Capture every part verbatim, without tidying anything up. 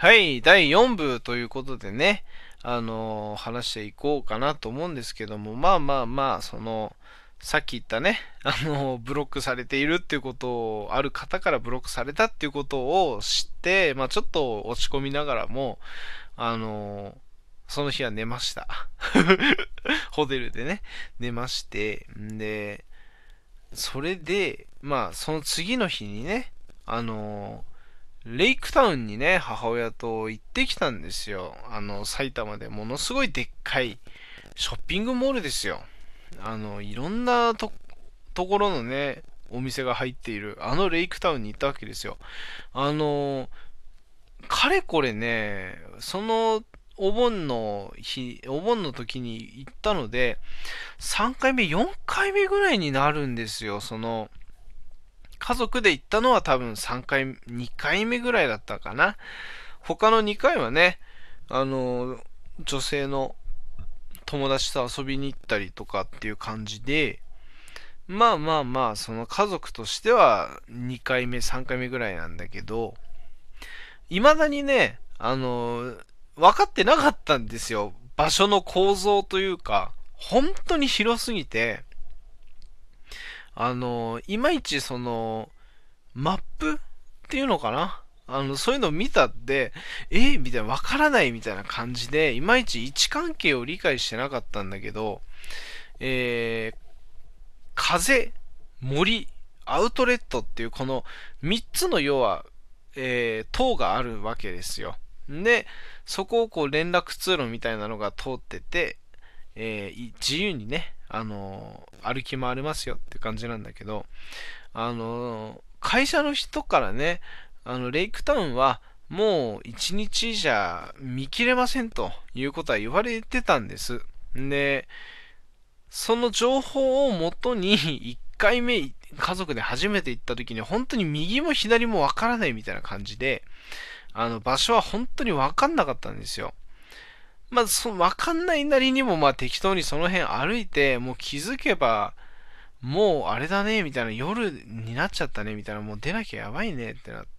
はい、だいよんぶということでね、あのー話していこうかなと思うんですけども、まあまあまあ、その、さっき言ったね、あのーブロックされているっていうことを、ある方からブロックされたっていうことを知って、まあちょっと落ち込みながらも、あのーその日は寝ました。ホテルでね、寝まして、んで、それで、まあその次の日にね、あのーレイクタウンにね、母親と行ってきたんですよ。あの、埼玉でものすごいでっかいショッピングモールですよ。あの、いろんなと、ところのね、お店が入っている、あのレイクタウンに行ったわけですよ。あの、かれこれね、その、お盆の日、お盆の時に行ったので、さんかいめ、よんかいめぐらいになるんですよ。その、家族で行ったのは多分さんかい、にかいめぐらいだったかな。他のにかいはね、あの、女性の友達と遊びに行ったりとかっていう感じで、まあまあまあ、その家族としてはにかいめ、さんかいめぐらいなんだけど、未だにね、あの、分かってなかったんですよ。場所の構造というか、本当に広すぎて、あの、いまいちその、マップっていうのかな、あの、そういうのを見たって、えみたいな、わからないみたいな感じで、いまいち位置関係を理解してなかったんだけど、えー、風、森、アウトレットっていうこのみっつの要は、えー、塔があるわけですよ。で、そこをこう連絡通路みたいなのが通ってて、えー、自由にね、あのー歩き回れますよって感じなんだけど、あの、会社の人からね、あの、レイクタウンはもう一日じゃ見切れませんということは言われてたんです。で、その情報をもとにいっかいめ家族で初めて行った時に本当に右も左もわからないみたいな感じで、あの場所は本当にわかんなかったんですよ。まあ、そわかんないなりにもまあ適当にその辺歩いて、もう気づけばもうあれだね、みたいな、夜になっちゃったね、みたいな、もう出なきゃやばいねってなって、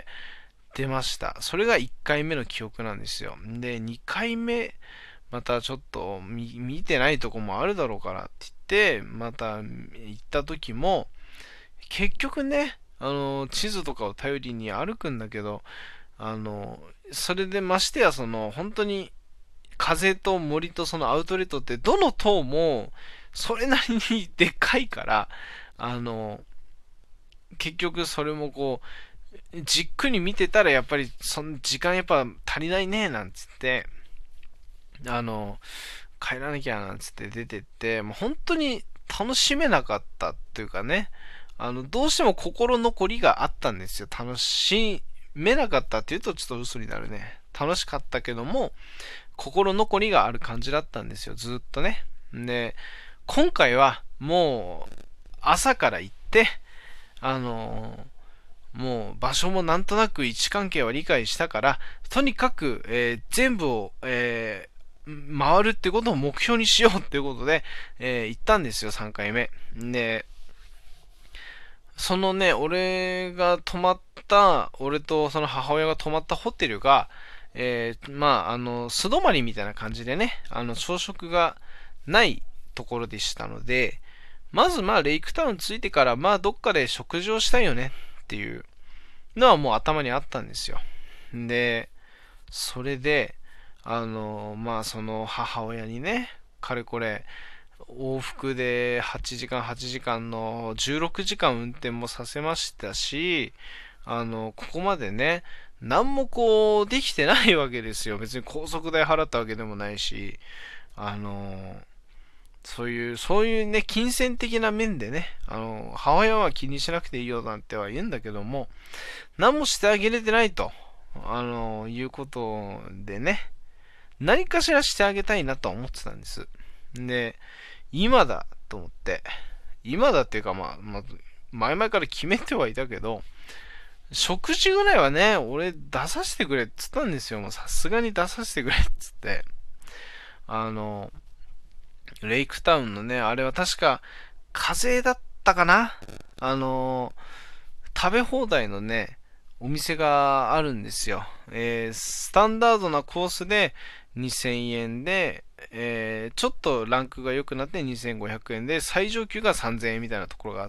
出ました。それがいっかいめの記憶なんですよ。で、にかいめ、またちょっと見見てないとこもあるだろうからって言って、また行った時も、結局ね、あの、地図とかを頼りに歩くんだけど、あの、それでましてや、その、本当に風と森とそのアウトレットってどの塔もそれなりにでっかいから、あの、結局それもこう、じっくり見てたらやっぱりその時間やっぱ足りないねなんつって、あの、帰らなきゃなんつって出てって、もう本当に楽しめなかったっていうかね、あの、どうしても心残りがあったんですよ。楽しめなかったっていうとちょっと嘘になるね。楽しかったけども、心残りがある感じだったんですよ、ずっとね。で、今回はもう朝から行って、あのーもう場所もなんとなく位置関係は理解したから、とにかく、えー全部を、えー回るってことを目標にしようっていうことで、えー行ったんですよ、さんかいめ。で、そのね、俺が泊まった、俺とその母親が泊まったホテルが、えー、まあ、あの、素泊まりみたいな感じでね、あの、朝食がないところでしたので、まずまあ、レイクタウン着いてから、まあ、どっかで食事をしたいよねっていうのはもう頭にあったんですよ。で、それで、あの、まあ、その母親にね、かれこれ、往復ではちじかんはちじかんのじゅうろくじかん運転もさせましたし、あの、ここまでね、何もこう、できてないわけですよ。別に高速代払ったわけでもないし、あの、そういう、そういうね、金銭的な面でね、あの、母親は気にしなくていいよなんては言うんだけども、何もしてあげれてないと、あの、いうことでね、何かしらしてあげたいなとは思ってたんです。で、今だと思って、今だっていうかまあ、まあ、前々から決めてはいたけど、食事ぐらいはね、俺出させてくれっつったんですよ。もうさすがに出させてくれっつって。あの、レイクタウンのね、あれは確か、風邪だったかな、あの、食べ放題のね、 お店があるんですよ。えー、スタンダードなコースでにせんえんで、えー、ちょっとランクが良くなってにせんごひゃくえんで、最上級がさんぜんえんみたいなところがあって、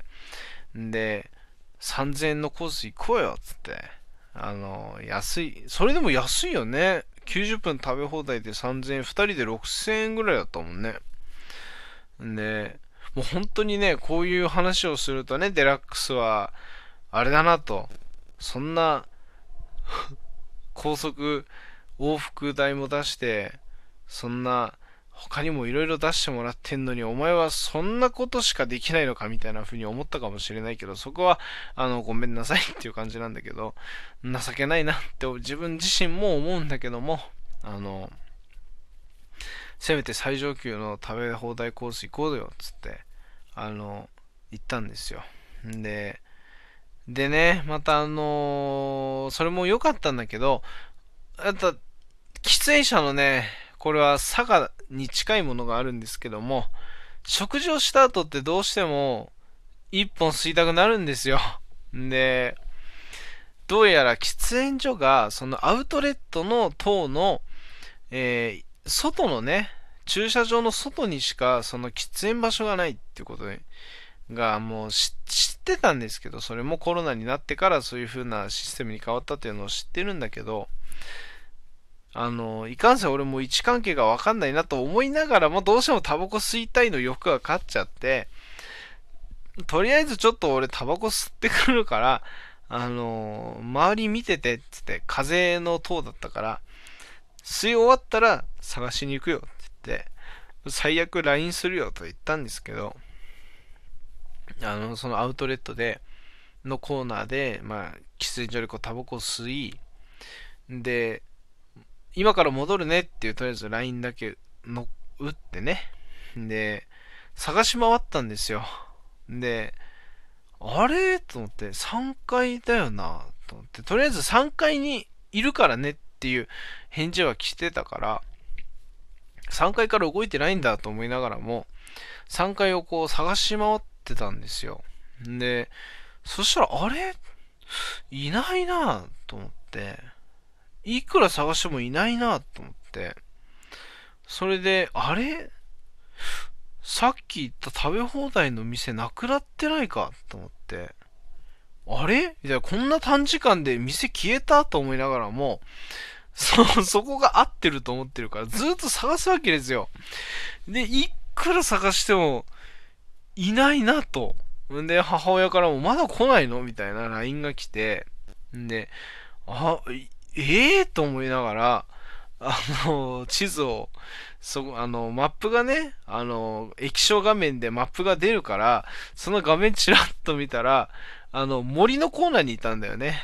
んで、さんぜんえんのコース行こうよ、つって。あの、安い。それでも安いよね。きゅうじゅっぷん食べ放題でさんぜんえん、ふたりでろくせんえんぐらいだったもんね。んで、もう本当にね、こういう話をするとね、デラックスは、あれだなと。そんな、高速往復代も出して、そんな、他にもいろいろ出してもらってんのに、お前はそんなことしかできないのかみたいな風に思ったかもしれないけど、そこは、あの、ごめんなさいっていう感じなんだけど、情けないなって自分自身も思うんだけども、あの、せめて最上級の食べ放題コース行こうよ、つって、あの、行ったんですよ。んで、でね、またあのーそれも良かったんだけど、あと、喫煙者のね、これは佐賀に近いものがあるんですけども、食事をした後ってどうしても一本吸いたくなるんですよ。で、どうやら喫煙所がそのアウトレットの塔の、えー外のね、駐車場の外にしかその喫煙場所がないっていうことで、がもう知ってたんですけど、それもコロナになってからそういう風なシステムに変わったっていうのを知ってるんだけど、あの、いかんせん俺も位置関係がわかんないなと思いながらも、どうしてもタバコ吸いたいの欲が勝っちゃって、とりあえずちょっと俺タバコ吸ってくるから、あの、周り見てて、つって、風の塔だったから、吸い終わったら探しに行くよ、って言って、最悪 ライン するよと言ったんですけど、あの、そのアウトレットで、のコーナーで、まあ、喫煙所でこうタバコを吸い、で、今から戻るねっていうとりあえず ライン だけの打ってね。で、探し回ったんですよ。で、あれと思って、さんがいだよなと思って、とりあえずさんがいにいるからねっていう返事は来てたから、さんがいから動いてないんだと思いながらも、さんがいをこう探し回ってたんですよ。で、そしたら、あれいないなと思って、いくら探してもいないなと思って、それで、あれさっき言った食べ放題の店なくなってないかと思って、あれみたいな、こんな短時間で店消えたと思いながらも、そ、そこが合ってると思ってるから、ずっと探すわけですよ。で、いくら探しても、いないなと。んで、母親からも、まだ来ないのみたいな ライン が来て、んで、あ、ええー、と思いながら、あの、地図を、そ、あの、マップがね、あの、液晶画面でマップが出るから、その画面チラッと見たら、あの、森のコーナーにいたんだよね。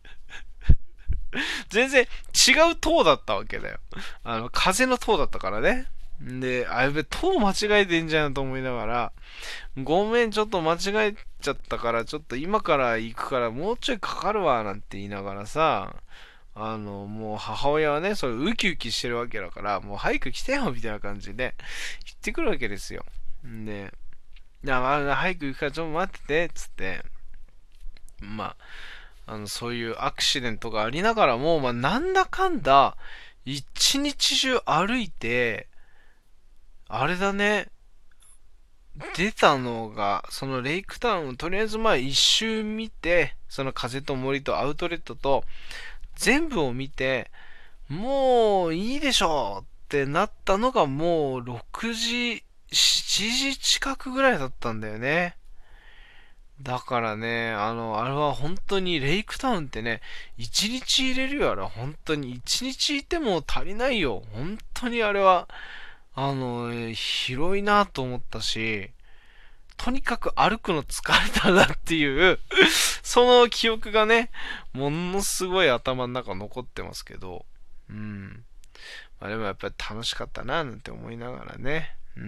全然違う塔だったわけだよ。あの、風の塔だったからね。で、あ、やべ、塔間違えてんじゃんと思いながら、ごめん、ちょっと間違えちゃったから、ちょっと今から行くから、もうちょいかかるわ、なんて言いながらさ、あの、もう母親はね、それウキウキしてるわけだから、もう早く来てよ、みたいな感じで、言ってくるわけですよ。んで、いや、まあ、早く行くからちょっと待ってて、つって、まあ、あの、そういうアクシデントがありながらも、まあ、なんだかんだ、一日中歩いて、あれだね、出たのが、そのレイクタウンをとりあえずまあ一周見て、その風と森とアウトレットと、全部を見て、もういいでしょうってなったのがもうろくじ、しちじ近くぐらいだったんだよね。だからね、あの、あれは本当にレイクタウンってね、一日入れるよ、あれは本当に一日いても足りないよ。本当にあれは、あの、広いなと思ったし、とにかく歩くの疲れたなっていうその記憶がね、ものすごい頭の中残ってますけど、うん。まあでもやっぱり楽しかったななんて思いながらね、うん。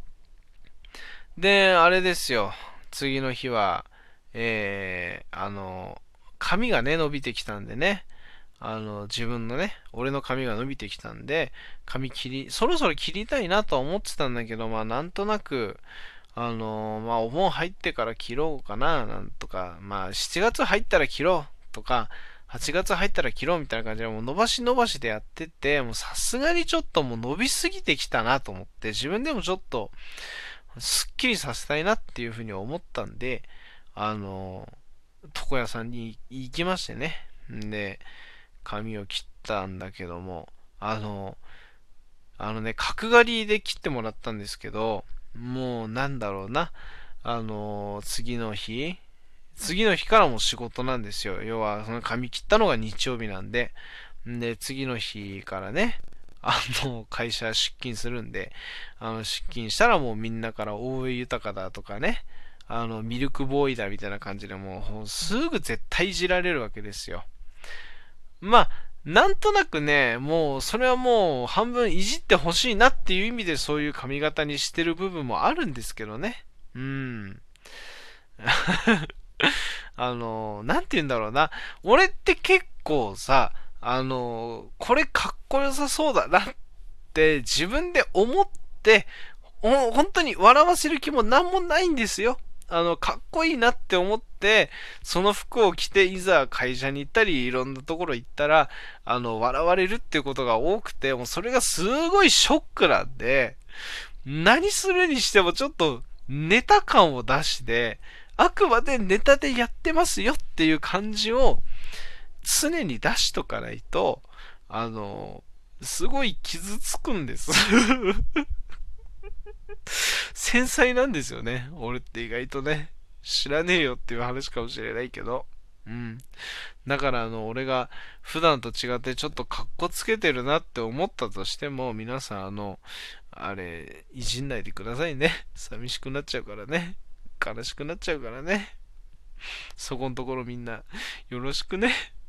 で、あれですよ。次の日は、えー、あの、髪がね、伸びてきたんでね、あの、自分のね、俺の髪が伸びてきたんで、髪切り、そろそろ切りたいなとは思ってたんだけど、まあなんとなく、あのーまあお盆入ってから切ろうかな、なんとか、まあしちがつ入ったら切ろうっとか、はちがつ入ったら切ろうみたいな感じで、もう伸ばし伸ばしでやってて、もうさすがにちょっともう伸びすぎてきたなと思って、自分でもちょっと、すっきりさせたいなっていうふうに思ったんで、あの、床屋さんに行きましてね。んで、髪を切ったんだけども、あの、あのね、角刈りで切ってもらったんですけど、もうなんだろうな、あの、次の日、次の日からも仕事なんですよ。要は、その髪切ったのが日曜日なんで、んで、次の日からね、あの、会社出勤するんで、あの、出勤したらもうみんなから大江豊だとかね、あの、ミルクボーイだみたいな感じでもう、すぐ絶対いじられるわけですよ。まあ、なんとなくね、もう、それはもう、半分いじってほしいなっていう意味でそういう髪型にしてる部分もあるんですけどね。うん。あの、なんて言うんだろうな。俺って結構さ、あの、これかっこよさそうだなって自分で思って、ほ本当に笑わせる気もなんもないんですよ。あの、かっこいいなって思って、その服を着て、いざ会社に行ったり、いろんなところ行ったら、あの、笑われるっていうことが多くて、もうそれがすごいショックなんで、何するにしてもちょっとネタ感を出して、あくまでネタでやってますよっていう感じを常に出しとかないと、あの、すごい傷つくんです。繊細なんですよね。俺って意外とね。知らねえよっていう話かもしれないけど。うん。だからあの、俺が普段と違ってちょっとカッコつけてるなって思ったとしても、皆さんあの、あれ、いじんないでくださいね。寂しくなっちゃうからね。悲しくなっちゃうからね。そこんところみんな、よろしくね。